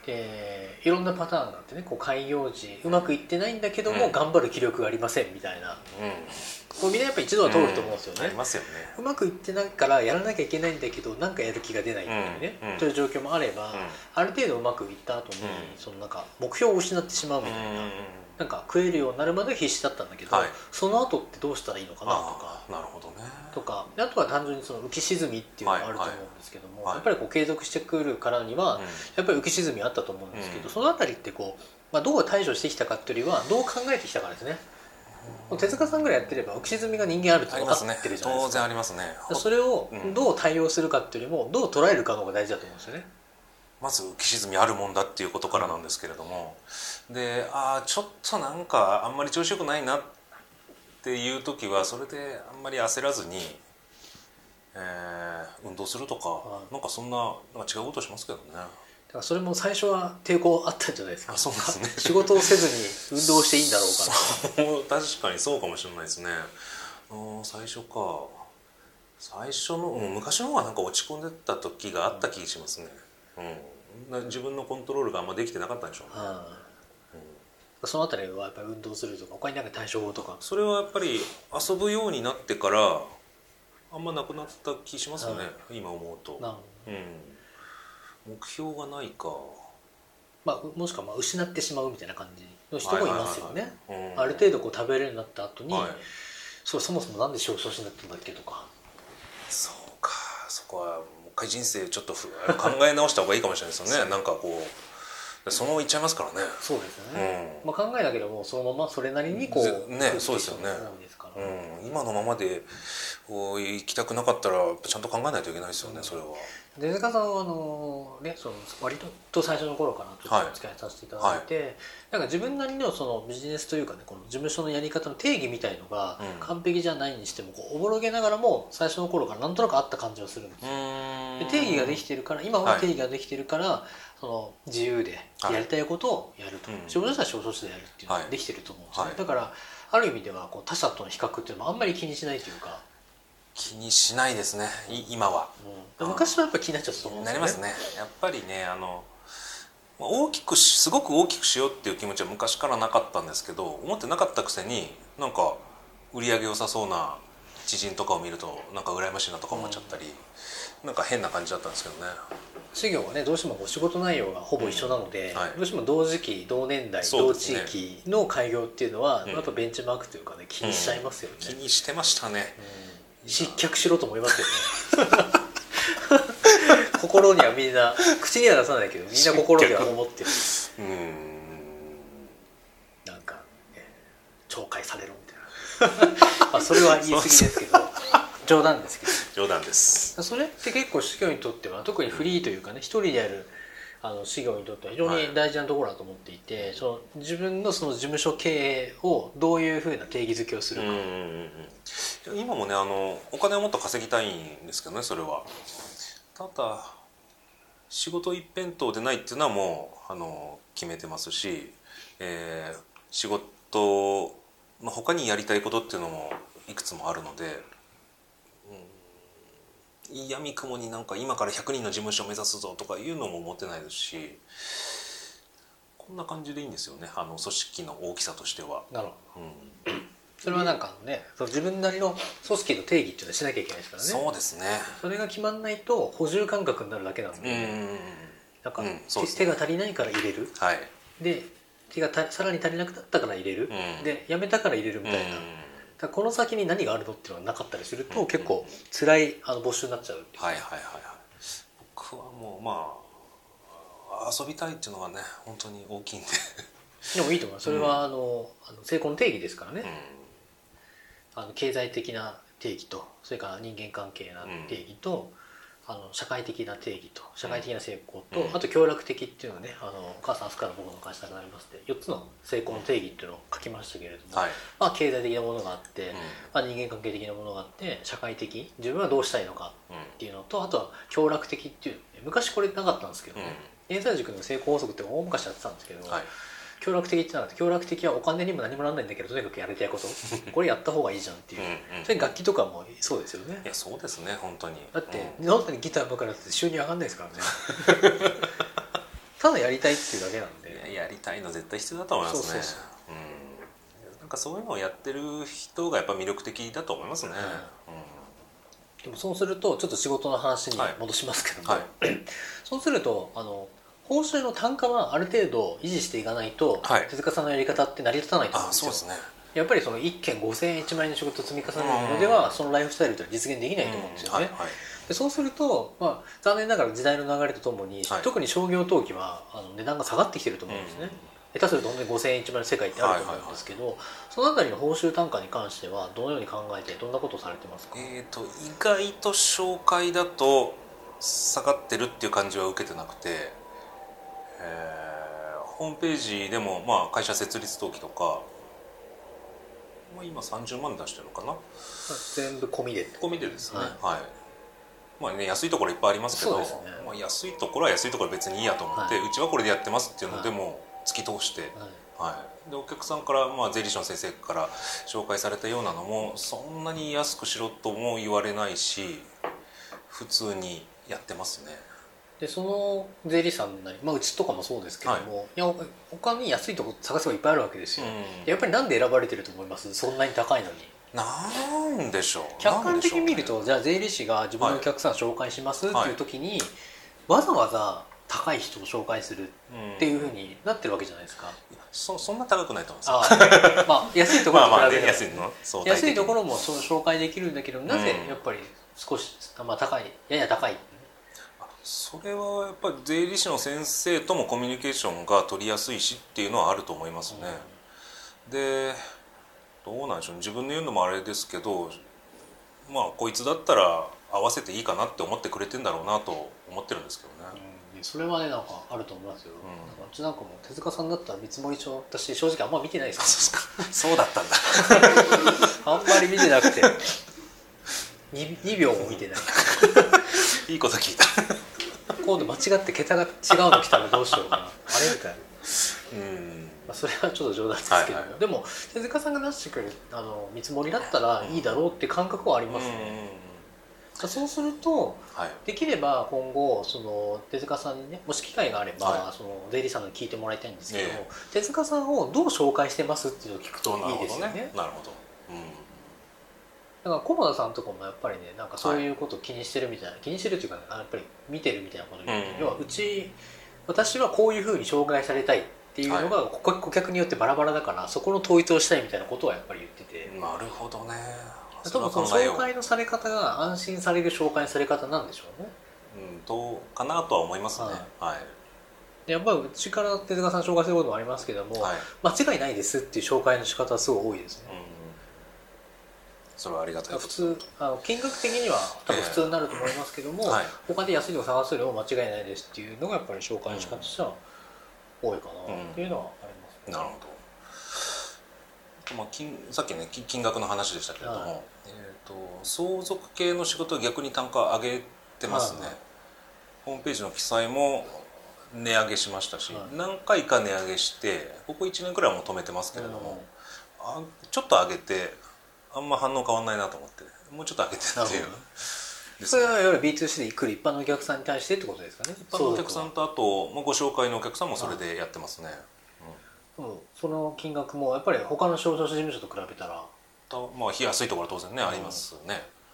でいろんなパターンがあってね、こう開業時うまくいってないんだけども、うん、頑張る気力がありませんみたいな、うん、こうみんなやっぱ一度は通ると思うんですよね、うん、ありますよね。うまくいってないからやらなきゃいけないんだけどなんかやる気が出ないっていうね、うんうん、という状況もあれば、うん、ある程度うまくいった後に、うん、そのなんか目標を失ってしまうみたいな、うん、なんか食えるようになるまで必死だったんだけど、はい、その後ってどうしたらいいのかなとか、 なるほどね、 とかあとは単純にその浮き沈みっていうのがあると思うんですけども、はいはい、やっぱりこう継続してくるからには、うん、やっぱり浮き沈みあったと思うんですけど、うん、そのあたりってこう、まあ、どう対処してきたかっていうよりはどう考えてきたかですね。手塚さんぐらいやってれば浮き沈みが人間あるって分かってるじゃないですか。 当然ありますね。 それをどう対応するかっていうよりもどう捉えるかの方が大事だと思うんですよね。 まず浮き沈みあるもんだっていうことからなんですけれども、うん、でああちょっとなんかあんまり調子よくないなっていう時はそれであんまり焦らずに、えー、運動するとか、うん、なんかそんななんか違うことしますけどね。 だからそれも最初は抵抗あったんじゃないですか。 そうですね。 仕事をせずに運動していいんだろうかな。確かにそうかもしれないですね。最初か。最初の、うん、昔の方がなんか落ち込んでた時があった気がしますね。うん、自分のコントロールがあんまできてなかったんでしょうね。はあ、 うん、そのあたりはやっぱり運動するとか他になんか対処法とか。 それはやっぱり遊ぶようになってからあんまなくなった気しますよね、はあ、今思うと。なるほど、うん、目標がないか、 まあ、もしくはまあ失ってしまうみたいな感じの人もいますよね。ある程度こう食べれるようになった後に、はい、そ, そもそもなんで少々になったんだっけとか。 そうか、そこはもう一回人生ちょっと考え直した方がいいかもしれないですよね。なんかこうそのままいっちゃいますからね。 そうですよね、うん、まあ、考えだけどもそのままそれなりにこうね、そうですよね、うん、今のままでこう行きたくなかったらちゃんと考えないといけないですよね、うん、それは。 手塚さんはあの、ね、その割と最初の頃からちょっとお付き合いさせていただいて、はいはい、なんか自分なりのそのビジネスというかね、この事務所のやり方の定義みたいのが完璧じゃないにしても、こうおぼろげながらも最初の頃からなんとなくあった感じはするんですよ。で定義ができてるから、今は定義ができてるから、はい、その自由でやりたいことをやると、はい、仕事したら仕事してやるっていうのができてると思うんですよね、はい、だからある意味ではこう他者との比較っていうのもあんまり気にしないというか。 気にしないですね、今は、 うん、昔はやっぱり気になっちゃったと思うんですよね。 なりますね、やっぱりね、あの大きくすごく大きくしようっていう気持ちは昔からなかったんですけど、思ってなかったくせになんか売り上げ良さそうな知人とかを見るとなんか羨ましいなとか思っちゃったり、うん、なんか変な感じだったんですけどね。 事業はねどうしてもお仕事内容がほぼ一緒なので、うん、はい、どうしても同時期同年代、ね、同地域の開業っていうのは、うん、やっぱベンチマークというかね気にしちゃいますよね、 うん、気にしてましたね、 うん、失脚しろと思いますよね心にはみんな口には出さないけどみんな心では思ってる。うん、なんか、ね、懲戒されろみたいなまあそれは言い過ぎですけど冗談ですけど。 冗談です。 それって結構事業にとっては特にフリーというかね一人でやるあの事業にとっては非常に大事なところだと思っていて、はい、その自分のその事務所経営をどういうふうな定義づけをするか。うんうんうん、今もねあのお金をもっと稼ぎたいんですけどね、それは。ただ仕事一辺倒でないっていうのはもうあの決めてますし、えー、仕事の他にやりたいことっていうのもいくつもあるので、うん、闇雲になんか今からひゃくにんの事務所を目指すぞとかいうのも思ってないですし、こんな感じでいいんですよね、あの組織の大きさとしては。 なるほど、うん、それはなんかね、その自分なりの組織の定義っていうのはしなきゃいけないですからね。 そうですね。 それが決まんないと補充感覚になるだけなんで、うん、 なんか、 うん、そうですね、 手が足りないから入れる、 はい、 で手がたさらに足りなくなったから入れる、 うん、 でやめたから入れるみたいな、 うん、 だからこの先に何があるのっていうのがなかったりすると、 うん、 結構辛いあの没収になっちゃうっていう。 はいはいはいはい。僕はもうまあ遊びたいっていうのがね本当に大きいんででもいいと思います。それはあの、あの成功の定義ですからね、 うん、 あの経済的な定義と、それから人間関係な定義と、うん、あの社会的な定義と社会的な成功と、うん、あと協力的っていうのはね、あのお母さん明日から僕の会社になりますってよっつの成功の定義っていうのを書きましたけれども、はい、まあ、経済的なものがあって、うん、まあ、人間関係的なものがあって社会的、自分はどうしたいのかっていうのと、あとは協力的っていう、昔これなかったんですけどね、うん、英才塾の成功法則って大昔やってたんですけど、はい、協力的ってなって、協力的はお金にも何もなんないんだけどとにかくやりたいことこれやった方がいいじゃんっていううん、それ楽器とかもそうですよね。 いやそうですね本当に。 だって、うん、本当にギターばかりだって収入上がんないですからねただやりたいっていうだけなんで。 いややりたいの絶対必要だと思いますね。そうそうそう、うん、なんかそういうのをやってる人がやっぱ魅力的だと思いますね、うんうん、 でもそうするとちょっと仕事の話に戻しますけども、はいはい、そうするとあの報酬の単価はある程度維持していかないと、はい、手塚さんのやり方って成り立たないと思うんですよ。あ、そうですね。やっぱりそのいっけんごせんえんいちまん円の仕事を積み重ねるのでは、そのライフスタイルというのは実現できないと思うんですよね、はいはい、でそうすると、まあ、残念ながら時代の流れとともに、はい、特に商業登記はあの値段が下がってきてると思うんですね、うん、下手すると本当にごせんえんいちまん円の世界ってあると思うんですけど、はいはいはい、そのあたりの報酬単価に関してはどのように考えてどんなことをされてますか？ えーと、意外と紹介だと下がってるっていう感じは受けてなくて、えー、ホームページでも、まあ、会社設立登記とか、まあ、今さんじゅうまん出してるのかな、 全部込みで込みでですね、はい、はい、まあね、安いところいっぱいありますけど、ね、まあ、安いところは安いところ別にいいやと思って、はい、うちはこれでやってますっていうのでも突き通して、はいはい、でお客さんから、まあ、税理士の先生から紹介されたようなのもそんなに安くしろとも言われないし普通にやってますね。 でその税理士さんなり、まあ、うちとかもそうですけども、はい、いや他に安いとこ探せばいっぱいあるわけですよ、うん、やっぱりなんで選ばれてると思います？そんなに高いのに。 なんでしょう、 客観的に見ると、ね、じゃあ税理士が自分のお客さん紹介しますっていう時に、はい、わざわざ高い人を紹介するっていうふうになってるわけじゃないですか、 うん、そ, そんな高くないと思います。 あ、まあ、安いところと比べれば、 安いの安いところもそう紹介できるんだけど、なぜやっぱり少し、まあ、高い、やや高い。 それはやっぱり税理士の先生ともコミュニケーションが取りやすいしっていうのはあると思いますね、うん、でどうなんでしょう、自分で言うのもあれですけど、まあこいつだったら合わせていいかなって思ってくれてんだろうなと思ってるんですけどね、 うん、それはねなんかあると思いますよ、うん、なんかうちなんかも手塚さんだったら見積書、私正直あんま見てないですからそうだったんだあんまり見てなくて 2, にびょうも見てないいいこと聞いた今度間違って桁が違うの来たらどうしようかなあれみたいな、うん、まあ、それはちょっと冗談ですけど、はいはい、でも手塚さんが出してくれるあの見積もりだったらいいだろうって感覚はありますね、うん、そうすると、はい、できれば今後その手塚さんにねもし機会があれば、はい、その税理士さんに聞いてもらいたいんですけど、えー、手塚さんをどう紹介してますっていうのを聞くといいですよね。 なるほど、うん、 だから菰田さんとかもやっぱりねなんかそういうことを気にしてるみたいな、はい、気にしてるっていうか、ね、やっぱり見てるみたいなことに、うん、要はうち私はこういうふうに紹介されたいっていうのが、はい、顧客によってバラバラだからそこの統一をしたいみたいなことはやっぱり言ってて、 なるほどね。 多分その紹介のされ方が安心される紹介のされ方なんでしょうね、 うん、どうかなとは思いますね、はい、はい、 でやっぱりうちから手塚さん紹介することもありますけども、はい、間違いないですっていう紹介の仕方はすごい多いですね、うん、 それはありがたい普通あの金額的には多分普通になると思いますけども、えーはい、他で安いのを探すよりも間違いないですっていうのがやっぱり紹介の仕方としては多いかなっていうのはありますね、うん、なるほど。 まあ、金さっきね金額の話でしたけれども、はい、えー、と相続系の仕事は逆に単価上げてますね、はい、ホームページの記載も値上げしましたし、はい、何回か値上げしてここいちねんくらいはもう止めてますけれども、うん、あちょっと上げてあんま反応変わんないなと思ってもうちょっと上げてっていう、 それはいわゆる ビーツーシー で来る一般のお客さんに対してってことですかね。 一般のお客さんとあと、まあ、ご紹介のお客さんもそれでやってますね、 うん、その金額もやっぱり他の商社事務所と比べたらまあ安いところは当然ね、うん、ありますね。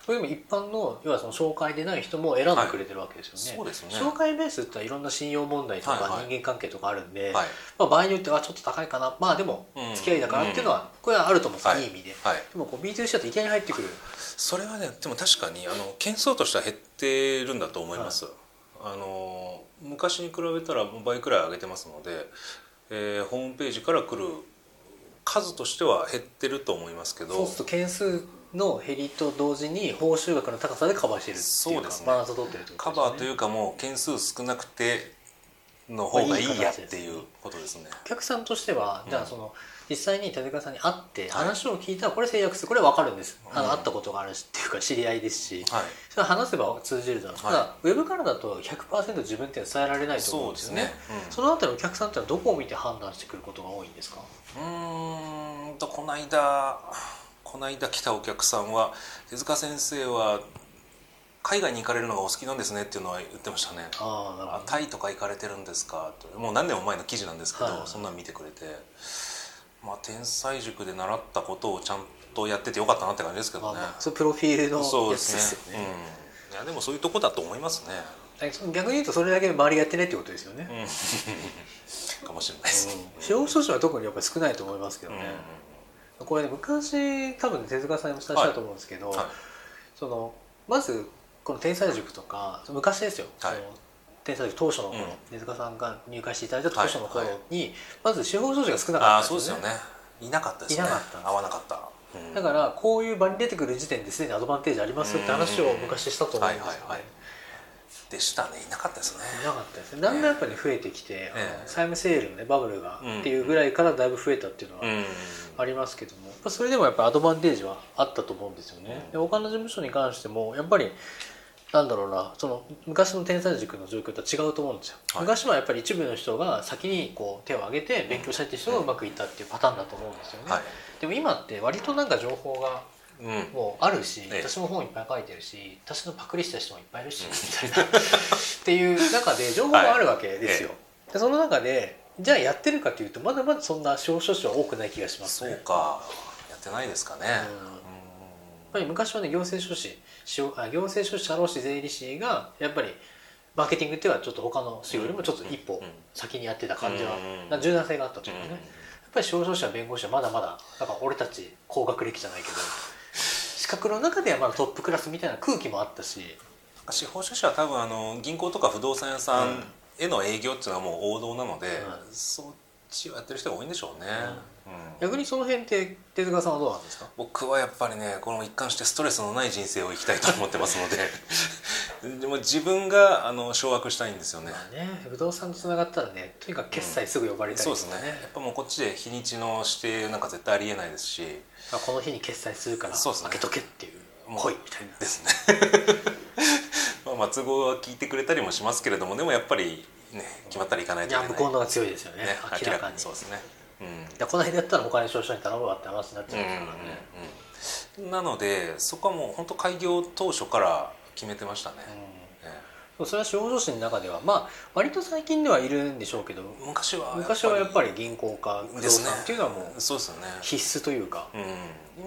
それでも一般の要はその紹介でない人も選んでくれてるわけですよね、 はい、そうですね。 紹介ベースっていろんな信用問題とか人間関係とかあるんで、 はいはい、 まあ、場合によってはちょっと高いかな、まあでも付き合いだからっていうのはこれはあると思うんですよ、はい、いい意味で、はい、でもこう ビーツーシー だといきなり入ってくる、 それはねでも確かにあの件数としては減ってるんだと思います、はい、あの昔に比べたら倍くらい上げてますので、えー、ホームページから来る数としては減ってると思いますけど、 そうすると件数の減りと同時に報酬額の高さでカバーしてるっていうか、 そうですね、 バランスを取ってるってことですね。 カバーというかもう件数少なくての方がいいやっていうことですね。 お客さんとしてはじゃあその、うん、実際に手塚さんに会って話を聞いたらこれ制約数これ分かるんです、はい、あの会ったことがあるしっていうか知り合いですし、はい、それ話せば通じるだろう、はい、ただウェブからだと ひゃくパーセント 自分って伝えられないと思うんですよね。 そうですね、うん、そのあたりお客さんってのはどこを見て判断してくることが多いんですか？ うーんとこの間この間来たお客さんは手塚先生は海外に行かれるのがお好きなんですねっていうのは言ってましたね。ああ、なるほど。タイとか行かれてるんですかと、もう何年も前の記事なんですけど、はいはい、そんなの見てくれて、まあ、天才塾で習ったことをちゃんとやっててよかったなって感じですけどね。 それプロフィールのやつですよね。 うん、いやでもそういうとこだと思いますね。 逆に言うとそれだけ周りがやってないってことですよね、 うん、かもしれないです、うん、 司法書士は特にやっぱり少ないと思いますけどね、うん、これ、ね、昔多分手塚さんにも伝えたと思うんですけど、はいはい、そのまずこの天才塾とか昔ですよ、はい、その天才塾当初の頃、うん、手塚さんが入会していただいた当初の頃に、はいはい、まず司法書士が少なかったんですよね。あ、そうですよね。いなかったですね。いなかったんです。合わなかった、うん、だからこういう場に出てくる時点ですでにアドバンテージありますよって話を昔したと思うんですよね、はいはいはい、でしたね。いなかったですね。いなかったですね。だんだんやっぱり、ね、増えてきて、えー、あの債務セールの、ね、バブルが、うん、っていうぐらいからだいぶ増えたっていうのはありますけども、それでもやっぱりアドバンテージはあったと思うんですよね、うん、で他の事務所に関してもやっぱりなんだろうな、その昔の天才塾の状況とは違うと思うんですよ、はい、昔はやっぱり一部の人が先にこう手を挙げて勉強したいっていう人がうまくいったっていうパターンだと思うんですよね、はい、でも今って割となんか情報がもうあるし、うん、私も本いっぱい書いてるし、私のパクリした人もいっぱいいるし、うん、みたいなっていう中で情報があるわけですよ、はい、でその中でじゃあやってるかというとまだまだそんな司法書士は多くない気がしますね。そうか、やってないですかね、うん、やっぱり昔はね行政書士行政書士社労士税理士がやっぱりマーケティングっていうのはちょっと他の仕事よりもちょっと一歩先にやってた感じは、うん、柔軟性があったというかね、うん、やっぱり司法書士は弁護士はまだまだだから俺たち高学歴じゃないけど資格の中ではまだトップクラスみたいな空気もあったし、 司法書士は多分あの銀行とか不動産屋さんへの営業っていうのはもう王道なので、うん、そっちをやってる人が多いんでしょうね、うんうん、 逆にその辺って手塚さんはどうなんですか？ 僕はやっぱりねこの一貫してストレスのない人生を生きたいと思ってますのででも自分があの掌握したいんですよね。まあね、 不動産とつながったらねとにかく決済すぐ呼ばれたりとかね、うん、そうですね。 やっぱもうこっちで日にちの指定なんか絶対ありえないですし、 この日に決済するから開けとけっていう来いみたいなですねまあまあ都合は聞いてくれたりもしますけれども、でもやっぱりね決まったらいかないといけない。 いや向こうのが強いですよね、ね、明らかに。 そうですね、うん、 いやこの辺でやったら他の消費者に頼むわって話になっちゃうんですからね、 うんうんうん、なのでそこはもう本当開業当初から決めてましたね、 うん、それは司法書士の中ではまあ割と最近ではいるんでしょうけど、 昔は昔はやっぱり銀行か不動産っていうのはもう必須というか、 うん、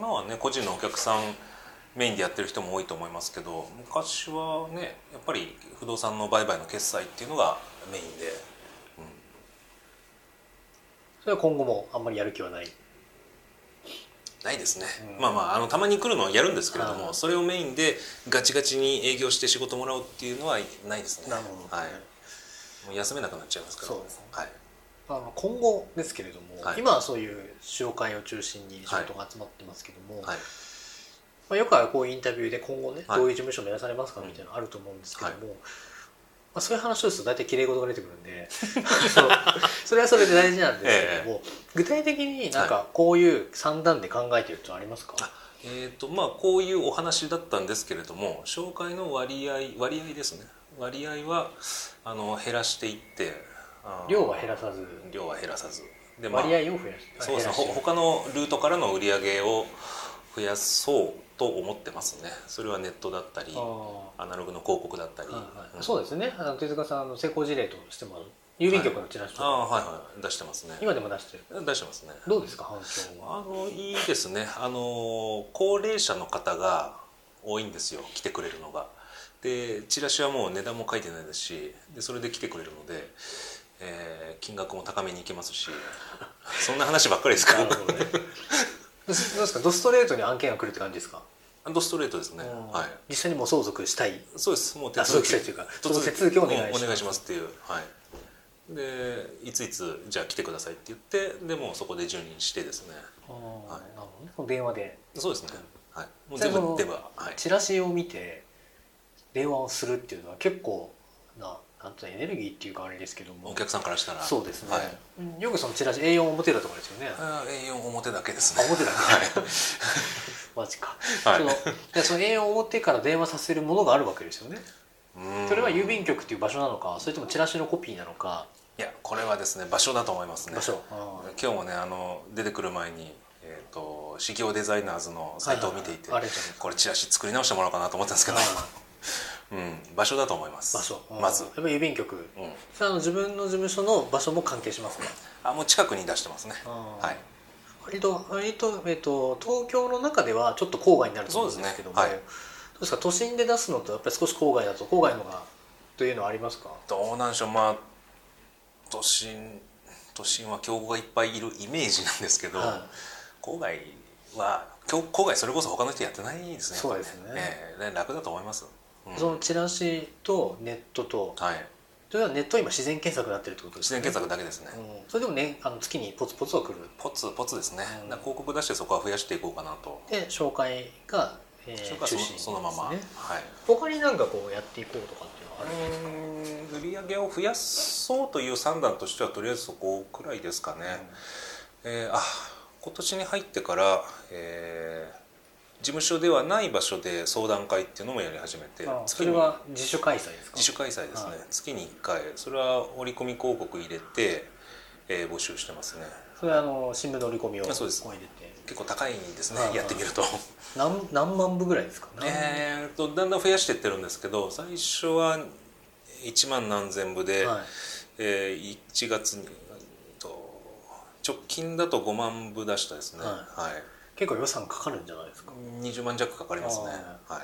今はね個人のお客さんメインでやってる人も多いと思いますけど、昔はねやっぱり不動産の売買の決済っていうのがメインで、うん、 それは今後もあんまりやる気はないないですね、うん、まあまあ、あのたまに来るのはやるんですけれども、それをメインでガチガチに営業して仕事もらうっていうのはないですね。なるほどね、はい、もう休めなくなっちゃいますから。そうですね、はい、 まあ、今後ですけれども、はい、今はそういう紹介を中心に仕事が集まってますけども、はいはい、まあ、よくあるこういうインタビューで今後ね、はい、どういう事務所を目指されますかみたいなのあると思うんですけども、はい、まあ、そういう話をすると大体きれい事が出てくるんでそれはそれで大事なんですけども、ええ、具体的になんかこういう算段で考えているとありますか？はい、 えーとまあ、こういうお話だったんですけれども、紹介の割合割合ですね、割合はあの減らしていって、 量は減らさず量は減らさずで、まあ、割合を増やして、 そうですね、他のルートからの売り上げを増やそうと思ってますね。それはネットだったりアナログの広告だったり、はいはい、 うん、そうですね。あの手塚さんの成功事例としても郵便局のチラシとか、 はい、あ、はいはい、出してますね。 今でも出してる。 出してますね。 どうですか反響は？ あのいいですね。あの高齢者の方が多いんですよ、来てくれるのが。でチラシはもう値段も書いてないですし、でそれで来てくれるので、えー、金額も高めにいけますしそんな話ばっかりですから。なるほどね。どうですか、ドストレートに案件が来るって感じですか？ ドストレートですね、はい、 実際にもう相続したい。 そうです、もう手続きしたいというか、その手続きをお願いします、 お願いしますっていう、はい、でいついつじゃあ来てくださいって言って、でもうそこで受任してですね。 あ、はい、なるほどね、電話で。 そうですね、はい、もう全部電話、はい、 チラシを見て電話をするっていうのは結構な、なんとエネルギーっていうかあれですけども、 お客さんからしたらそうですね、はい、よくそのチラシ エーよん 表だとかですよね。 あ エーよん 表だけですね。 あ、表だけ、はい、マジか、はい、そのでその エーよん 表から電話させるものがあるわけですよね。それは郵便局っていう場所なのか、それともチラシのコピーなのか。 いや、これはですね、場所だと思いますね。 場所、 今日もね、あの出てくる前に、えーと、修行デザイナーズのサイトを見ていて、はいはいはい、これチラシ作り直してもらおうかなと思ったんですけど、うん、場所だと思います。 場所、 まずやっぱり郵便局、うん、それはあの自分の事務所の場所も関係しますか？ あ、もう近くに出してますね。はい。 割と割と、えーと、東京の中ではちょっと郊外になると思うんですけども、そうですね、はい、どうですか、都心で出すのとやっぱり少し郊外だと郊外のがというのはありますか？ どうなんでしょう、まあ都心都心は競合がいっぱいいるイメージなんですけど、はい、郊外は郊外それこそ他の人やってないですね。 そうですね、 えー、楽だと思います。 うん、そのチラシとネットと、はい、それはネットは今自然検索になってるってことですね。 自然検索だけですね、 うん、それでもね、あの月にポツポツは来る。 ポツポツですね、うん、広告出してそこは増やしていこうかなと。 で紹介が、えー、紹介中心、そのまま、はい、 他に何かこうやっていこうとかっていうのはあるんですか？ 売り上げを増やそうという算段としてはとりあえずそこくらいですかね、うん、えー、あ今年に入ってから、えー事務所ではない場所で相談会っていうのもやり始めて。 ああ、それは自主開催ですか？ 自主開催ですね、はい、月にいっかいそれは折り込み広告入れて、えー、募集してますね。 それはあの新聞の折り込みをこう入れて結構高いですね、やってみると。 何, 何万部ぐらいですか？ えーとだんだん増やしていってるんですけど、最初はいちまん何千部で、はい、えー、いちがつにと直近だとごまん部出したですね、はいはい、 結構予算かかるんじゃないですか？ にじゅうまん弱かかりますね、はい、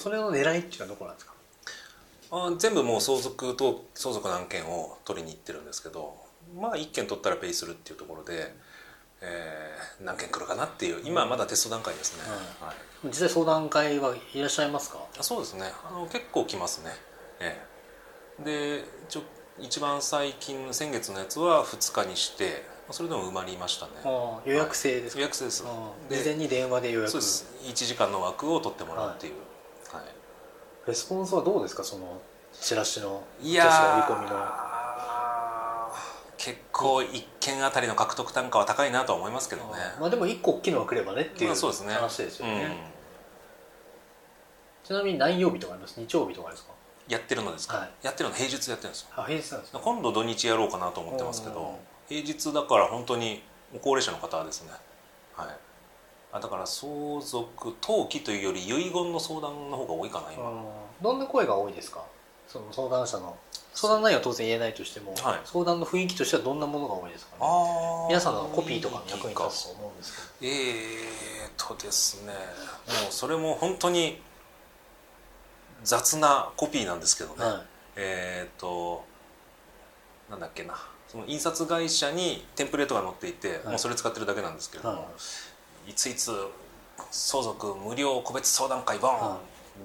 それの狙いっていうのはどこなんですか？ あ全部もう相続と相続の案件を取りに行ってるんですけど、まあいっけん取ったらペイするっていうところで、えー、何件来るかなっていう、今はまだテスト段階ですね、 うん、はい、実際相談会はいらっしゃいますか？ そうですね、あの結構来ますね、ええ、でちょ一番最近先月のやつはふつかにしてそれでも埋まりましたね。 あ予約制ですか？ はい、予約制です。 事前に電話で予約。 そうです、いちじかんの枠を取ってもらうっていう、はいはい、 レスポンスはどうですか、そのチラシのチラシの折り込みの。 結構いっけんあたりの獲得単価は高いなとは思いますけどね。 あまあでもいっこ大きいのが来ればねっていう話ですよね、 うん、 ちなみに何曜日とかあります？日曜日とかですか？ やってるのですか、はい、やってるの平日やってるんですよ。 あ平日なんですか？ 今度土日やろうかなと思ってますけど、平日だから本当に高齢者の方ですね、はい、あだから相続登記というより遺言の相談の方が多いかな今。 どんな声が多いですか？その相談者の相談内容は当然言えないとしても、はい、相談の雰囲気としてはどんなものが多いですかね？あ皆さんのコピーとかの役に立つと思うんですけど。 えーとですね、もうそれも本当に雑なコピーなんですけどね、はい、えーとなんだっけな、その印刷会社にテンプレートが載っていて、はい、もうそれ使ってるだけなんですけれども、はい、いついつ相続無料個別相談会ボン、はい、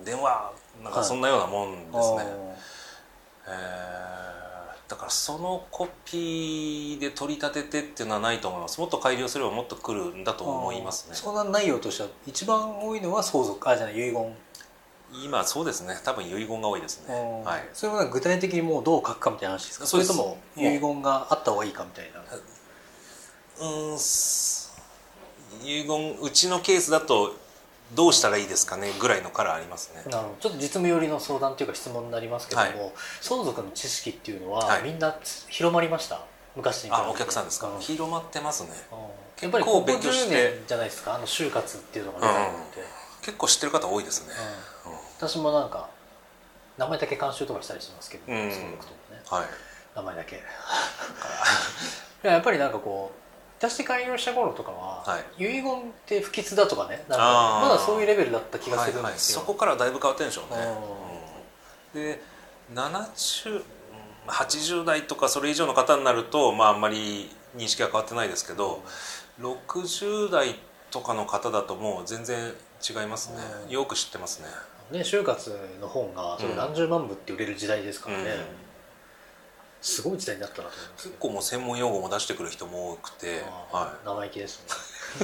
電話なんかそんなようなもんですね、はい、えー、だからそのコピーで取り立ててっていうのはないと思います。もっと改良すればもっと来るんだと思いますね。 相談内容としては一番多いのは相続、あじゃない遺言。 今そうですね、多分遺言が多いですね、はい、 それは具体的にもうどう書くかみたいな話ですか？それとも遺言があった方がいいかみたいな。 うん遺言うちのケースだとどうしたらいいですかねぐらいのからありますね。 なるほど、ちょっと実務寄りの相談というか質問になりますけども、はい、相続の知識っていうのはみんな広まりました？昔に比べて。あお客さんですか、うん、広まってますね。 やっぱりここじゅうねんじゃないですか、あの就活っていうのが出たのって、うん、 結構知ってる方多いですね、 うんうん、私もなんか名前だけ監修とかしたりしますけど、相続とかね、はい、名前だけやっぱりなんかこう出して開業した頃とかは、 はい、 遺言って不吉だとかね、なんかまだそういうレベルだった気がするんですよ、はいはい、 そこからだいぶ変わってるんでしょうね、うん、でななじゅう、はちじゅう代とかそれ以上の方になると、まあ、あんまり認識は変わってないですけど、ろくじゅう代とかの方だともう全然違いますね、うん、よく知ってますね。 ね、就活の本がそれ何十万部って売れる時代ですからね、うん、すごい時代になったなと思います、ね、 結構もう専門用語も出してくる人も多くて、 はい、生意気ですね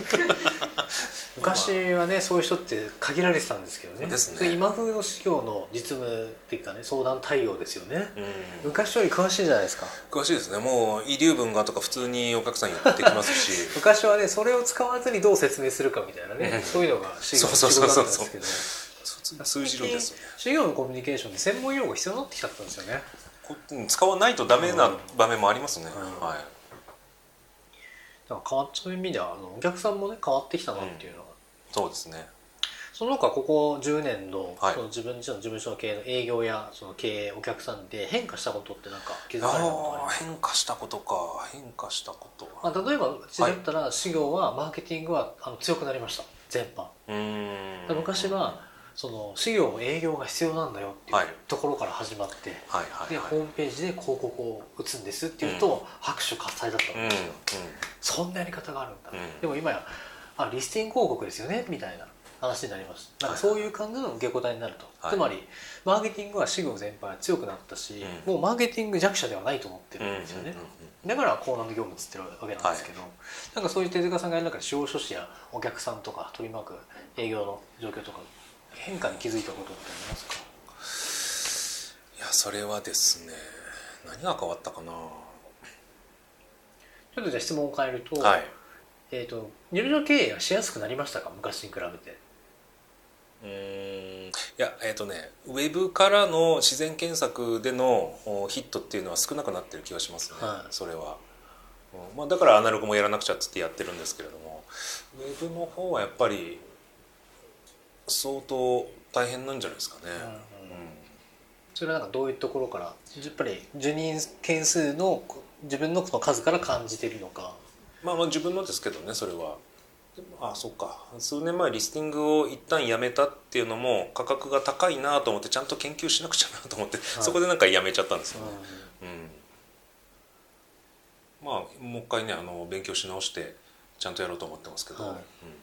昔はねそういう人って限られてたんですけどね、ですね、今風の事業の実務っていうかね相談対応ですよね、うん、昔より詳しいじゃないですか。 詳しいですね。もう遺留分がとか普通にお客さん言ってきますし昔はねそれを使わずにどう説明するかみたいなね、うん、そういうのが事業の仕事だったんですけど、 数字論ですよね。 事業のコミュニケーションで専門用語必要になってきちゃったんですよね。 使わないとダメな場面もありますね、うん、はい。 だから変わっそういう意味ではあのお客さんもね変わってきたなっていうのは、 うん、そうですね。 その他ここじゅうねん の,、はい、その自分自身の事務所の経営の営業やその経営お客さんで変化したことって何か気づかれたことありますか？ 変化したことか変化したこと、 まあ、例えばうちだったら、はい、事業はマーケティングはあの強くなりました全般。うーん昔はその事業も営業が必要なんだよっていう、はい、ところから始まって、はいはいはい、でホームページで広告を打つんですっていうと、うん、拍手喝采だったんですよ、うんうん、そんなやり方があるんだ、うん、でも今やあリスティング広告ですよねみたいな話になります。なんかそういう感じの受け答えになると、はい、つまりマーケティングは事業全般強くなったし、うん、もうマーケティング弱者ではないと思ってるんですよね、うんうんうんうん、だからコーナーの業務つってるわけなんですけど、はい、なんかそういう手塚さんがやる中で司法書士やお客さんとか取り巻く営業の状況とか変化に気づいたことってありますか？ いやそれはですね何が変わったかな。 ちょっとじゃあ質問を変えると、はい、えーと、事務所経営がしやすくなりましたか昔に比べて。 うーんいやえっ、ー、とねウェブからの自然検索でのヒットっていうのは少なくなってる気がしますね、はい、それは、うんまあ、だからアナログもやらなくちゃってやってるんですけれどもウェブの方はやっぱり相当大変なんじゃないですかね、うんうん、 それはなんかどういうところからやっぱり受任件数の自分の数から感じているのか。 まあまあ自分のですけどねそれは。ああそうか数年前リスティングを一旦やめたっていうのも価格が高いなと思ってちゃんと研究しなくちゃなと思って、はい、そこでなんかやめちゃったんですよね、うんうん、まあもう一回ねあの勉強し直してちゃんとやろうと思ってますけど、はいうん、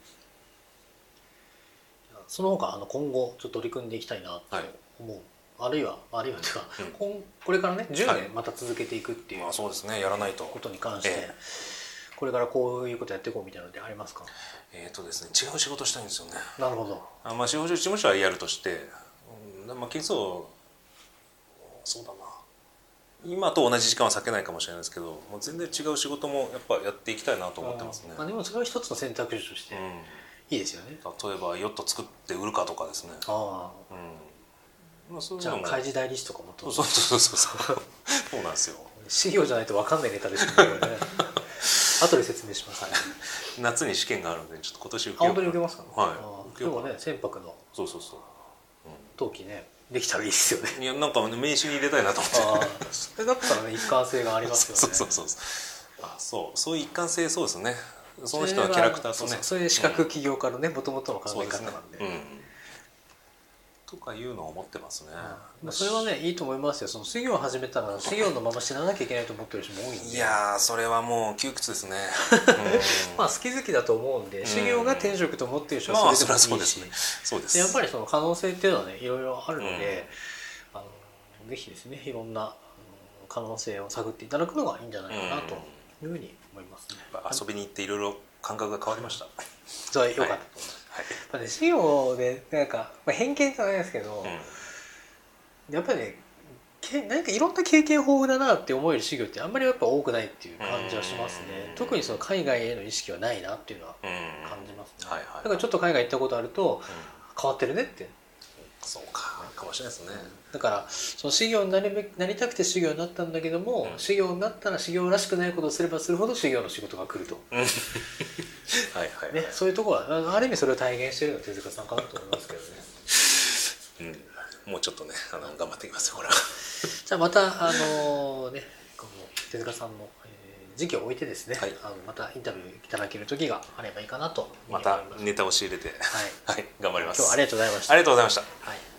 その他あの今後ちょっと取り組んでいきたいなと思う、はい、あるいはあるいはというか、うん、これからねじゅうねんまた続けていくっていう、 はい、あそうですねやらないとことに関して、えーこれからこういうことやっていこうみたいなのってありますか？ えーとですね、違う仕事したいんですよね。 なるほど。 あ、まあ、司法書事務所はやるとして、うん、まあ件数をそうだな今と同じ時間は避けないかもしれないですけどもう全然違う仕事もやっぱやっていきたいなと思ってますね。 まあ、でもそれは一つの選択肢としていいですよね、 うん、例えばヨット作って売るかとかですね。あ、 うんまあ、そういうのもじゃあ開示代理士とかもそうそうそうそうそうそうなんですよ。 事業じゃないと分かんないネタですよね後で説明します、ね、 夏に試験があるのでちょっと今年受けようかな。 本当に受けますか？ はい。 でもね船舶のそうそうそう、 うん、登記ねできたらいいですよね。 いやなんか名刺に入れたいなと思って。 それだったらね一貫性がありますよね。 そうそうそうあそうそういう一貫性そうですね。その人のキャラクターとね。 そういう資格起業家のね元々の考え方なんで。 とかいうのを思ってますね、 うん、それはねいいと思いますよ。その事業を始めたら事業のまま死ななきゃいけないと思ってる人も多いんで。 いやーそれはもう窮屈ですねまあ好き好きだと思うんで事業が転職と思ってる人はそれでもいいし、まあ、そうですね、やっぱりその可能性っていうのはねいろいろあるので、うん、あのぜひですねいろんな可能性を探っていただくのがいいんじゃないかなというふうに思いますね、 うん、遊びに行っていろいろ感覚が変わりました。 それは良かったと思います、はいはい、ね、事業でなんか、まあ、偏見じゃないですけど、うん、やっぱりねなんかいろんな経験豊富だなって思える事業ってあんまりやっぱ多くないっていう感じはしますね。特にその海外への意識はないなっていうのは感じますね、はいはい、だからちょっと海外行ったことあると、うん、変わってるねって。 そうかかもしれないですね。 だからその事業になりべなりたくて事業になったんだけども、うん、事業になったら事業らしくないことをすればするほど事業の仕事が来るとはいはい、ね、そういうところはある意味それを体現しているのは手塚さんかなと思いますけどね、 うん、もうちょっとねあの頑張っていきますよこれはじゃあまたあのー、ねこの手塚さんの、えー、 時期を置いてですね、 はい、 あのまたインタビューいただける時があればいいかなとまたネタを仕入れて、 はい、 はい、頑張ります。 今日はありがとうございました。 ありがとうございました。 はい